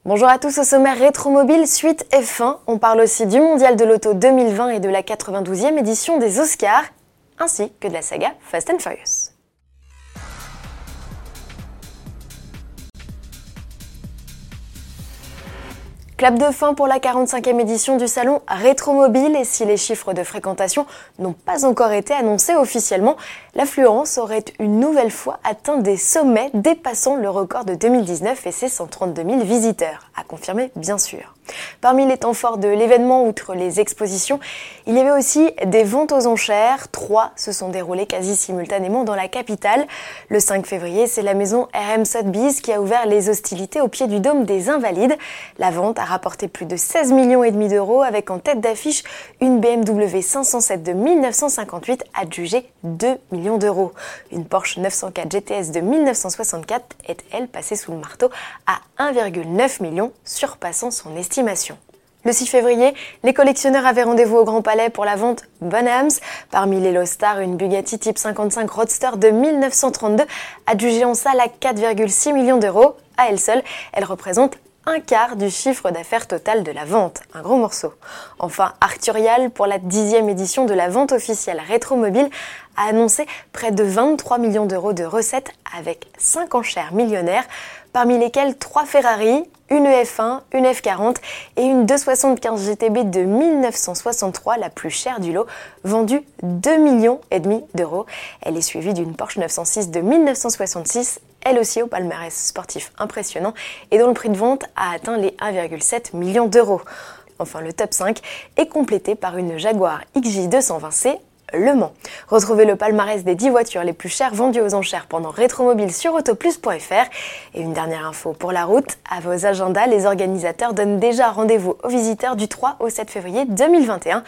Bonjour à tous, au sommaire Rétromobile, suite F1. On parle aussi du Mondial de l'Auto 2020 et de la 92e édition des Oscars, ainsi que de la saga Fast and Furious. Clap de fin pour la 45e édition du salon Rétromobile, et si les chiffres de fréquentation n'ont pas encore été annoncés officiellement, l'affluence aurait une nouvelle fois atteint des sommets dépassant le record de 2019 et ses 132 000 visiteurs, à confirmer bien sûr. Parmi les temps forts de l'événement, outre les expositions, il y avait aussi des ventes aux enchères. 3 se sont déroulées quasi simultanément dans la capitale. Le 5 février, c'est la maison RM Sotheby's qui a ouvert les hostilités au pied du Dôme des Invalides. La vente a rapporté plus de 16,5 millions d'euros, avec en tête d'affiche une BMW 507 de 1958 adjugée 2 millions d'euros. Une Porsche 904 GTS de 1964 est, elle, passée sous le marteau à 1,9 million, surpassant son estimation. Le 6 février, les collectionneurs avaient rendez-vous au Grand Palais pour la vente Bonhams. Parmi les Lost Stars, une Bugatti Type 55 Roadster de 1932, adjugée en salle à 4,6 millions d'euros. À elle seule, elle représente un quart du chiffre d'affaires total de la vente, un gros morceau. Enfin, Arcurial, pour la 10e édition de la vente officielle Rétromobile, a annoncé près de 23 millions d'euros de recettes avec 5 enchères millionnaires, parmi lesquelles 3 Ferrari, une F1, une F40 et une 275 GTB de 1963, la plus chère du lot, vendue 2,5 millions d'euros. Elle est suivie d'une Porsche 906 de 1966, elle aussi au palmarès sportif impressionnant et dont le prix de vente a atteint les 1,7 millions d'euros. Enfin, le top 5 est complété par une Jaguar XJ220C Le Mans. Retrouvez le palmarès des 10 voitures les plus chères vendues aux enchères pendant Rétromobile sur autoplus.fr. Et une dernière info pour la route, à vos agendas, les organisateurs donnent déjà rendez-vous aux visiteurs du 3 au 7 février 2021,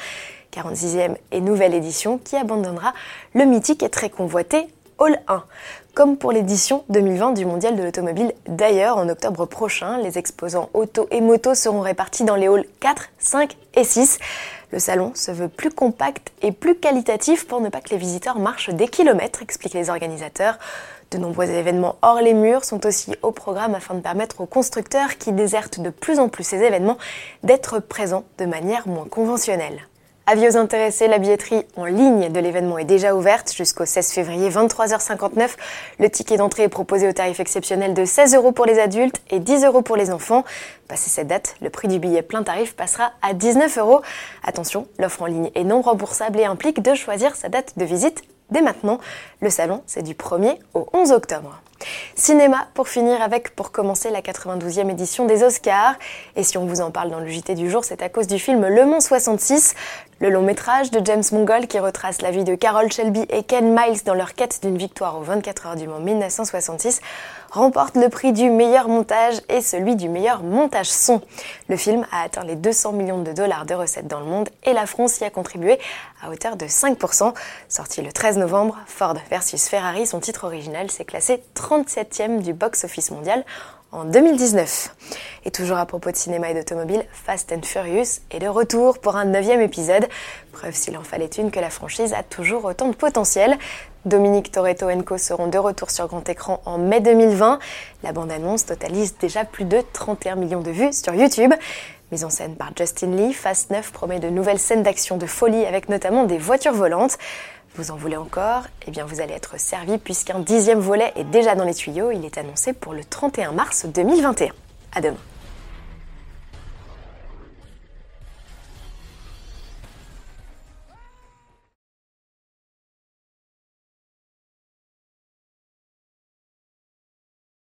46e et nouvelle édition qui abandonnera le mythique et très convoité Hall 1. Comme pour l'édition 2020 du Mondial de l'Automobile. D'ailleurs, en octobre prochain, les exposants auto et moto seront répartis dans les halls 4, 5 et 6. Le salon se veut plus compact et plus qualitatif pour ne pas que les visiteurs marchent des kilomètres, expliquent les organisateurs. De nombreux événements hors les murs sont aussi au programme afin de permettre aux constructeurs qui désertent de plus en plus ces événements d'être présents de manière moins conventionnelle. Avis aux intéressés, la billetterie en ligne de l'événement est déjà ouverte jusqu'au 16 février 23h59. Le ticket d'entrée est proposé au tarif exceptionnel de 16 € pour les adultes et 10 € pour les enfants. Passé cette date, le prix du billet plein tarif passera à 19 €. Attention, l'offre en ligne est non remboursable et implique de choisir sa date de visite dès maintenant. Le salon, c'est du 1er au 11 octobre. Cinéma, pour finir avec, pour commencer, la 92e édition des Oscars. Et si on vous en parle dans le JT du jour, c'est à cause du film Le Mans 66, le long métrage de James Mangold qui retrace la vie de Carroll Shelby et Ken Miles dans leur quête d'une victoire aux 24 heures du Mans 1966, remporte le prix du meilleur montage et celui du meilleur montage son. Le film a atteint les 200 millions de dollars de recettes dans le monde et la France y a contribué à hauteur de 5%. Sorti le 13 novembre, Ford versus Ferrari, son titre original s'est classé 37e du box-office mondial en 2019. Et toujours à propos de cinéma et d'automobile, Fast and Furious est de retour pour un 9e épisode. Preuve s'il en fallait une que la franchise a toujours autant de potentiel. Dominique Toretto & Co seront de retour sur grand écran en mai 2020. La bande-annonce totalise déjà plus de 31 millions de vues sur YouTube. Mise en scène par Justin Lee, Fast 9 promet de nouvelles scènes d'action de folie avec notamment des voitures volantes. Vous en voulez encore ? Eh bien vous allez être servi puisqu'un 10e volet est déjà dans les tuyaux. Il est annoncé pour le 31 mars 2021. À demain.